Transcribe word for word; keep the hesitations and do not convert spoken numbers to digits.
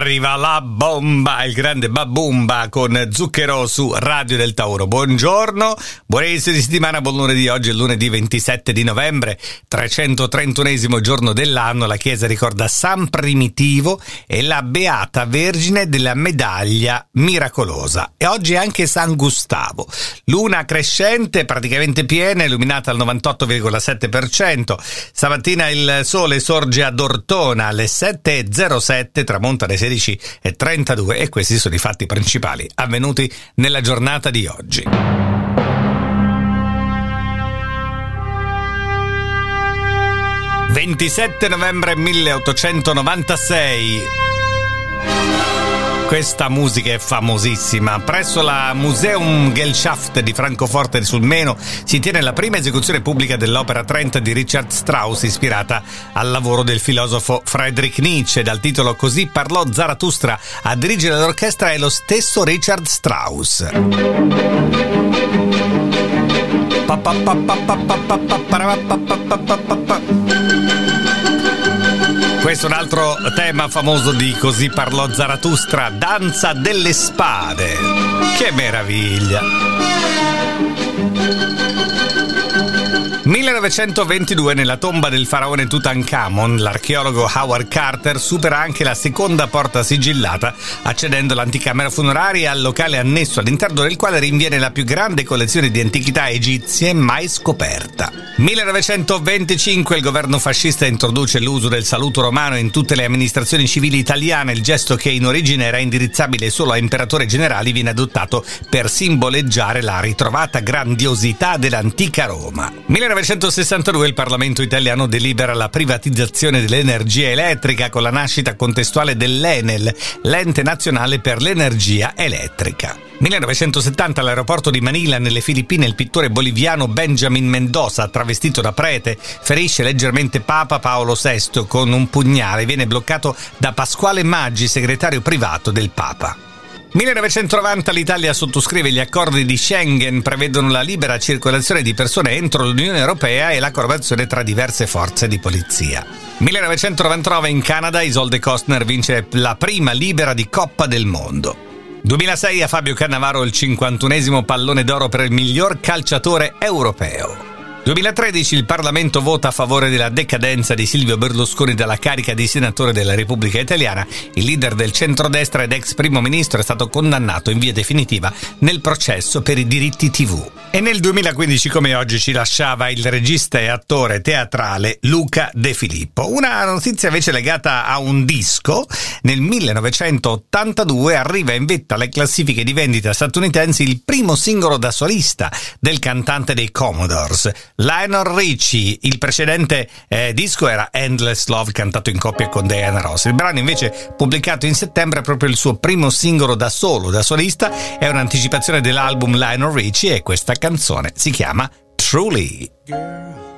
Arriva la bomba, il grande Babumba con Zucchero su Radio del Tauro. Buongiorno, buon inizio di settimana, buon lunedì. Oggi è lunedì ventisette di novembre, trecentotrentunesimo giorno dell'anno. La Chiesa ricorda San Primitivo e la Beata Vergine della Medaglia Miracolosa. E oggi è anche San Gustavo. Luna crescente, praticamente piena, illuminata al novantotto virgola sette per cento. Stamattina il sole sorge ad Ortona alle sette e zero sette, tramonta alle sedici e trentadue, e questi sono i fatti principali avvenuti nella giornata di oggi. ventisette novembre milleottocentonovantasei. Questa musica è famosissima. Presso la Museum Gesellschaft di Francoforte sul Meno si tiene la prima esecuzione pubblica dell'opera Trenta di Richard Strauss, ispirata al lavoro del filosofo Friedrich Nietzsche. Dal titolo Così parlò Zarathustra, a dirigere l'orchestra è lo stesso Richard Strauss. Questo è un altro tema famoso di Così parlò Zarathustra, Danza delle spade. Che meraviglia! millenovecentoventidue, nella tomba del faraone Tutankhamon, l'archeologo Howard Carter supera anche la seconda porta sigillata, accedendo all'anticamera funeraria, al locale annesso all'interno del quale rinviene la più grande collezione di antichità egizie mai scoperta. millenovecentoventicinque, il governo fascista introduce l'uso del saluto romano in tutte le amministrazioni civili italiane. Il gesto, che in origine era indirizzabile solo a imperatori generali, viene adottato per simboleggiare la ritrovata grandiosità dell'antica Roma. millenovecentosessantadue, il Parlamento italiano delibera la privatizzazione dell'energia elettrica con la nascita contestuale dell'Enel, l'ente nazionale per l'energia elettrica. millenovecentosettanta, all'aeroporto di Manila, nelle Filippine, il pittore boliviano Benjamin Mendoza, travestito da prete, ferisce leggermente Papa Paolo sesto con un pugnale. Viene bloccato da Pasquale Maggi, segretario privato del Papa. millenovecentonovanta, l'Italia sottoscrive gli accordi di Schengen, prevedono la libera circolazione di persone entro l'Unione Europea e la collaborazione tra diverse forze di polizia. millenovecentonovantanove, in Canada, Isolde Kostner vince la prima libera di Coppa del Mondo. duemilasei, a Fabio Cannavaro il cinquantunesimo pallone d'oro per il miglior calciatore europeo. duemilatredici, il Parlamento vota a favore della decadenza di Silvio Berlusconi dalla carica di senatore della Repubblica Italiana. Il leader del centrodestra ed ex primo ministro è stato condannato in via definitiva nel processo per i diritti tivù. E nel duemilaquindici, come oggi, ci lasciava il regista e attore teatrale Luca De Filippo. Una notizia invece legata a un disco. Nel millenovecentottantadue arriva in vetta alle classifiche di vendita statunitensi il primo singolo da solista del cantante dei Commodores, Lionel Richie. Il precedente eh, disco era Endless Love, cantato in coppia con Diana Ross. Il brano, invece, pubblicato in settembre, è proprio il suo primo singolo da solo, da solista. È un'anticipazione dell'album Lionel Richie e questa canzone si chiama Truly. Girl.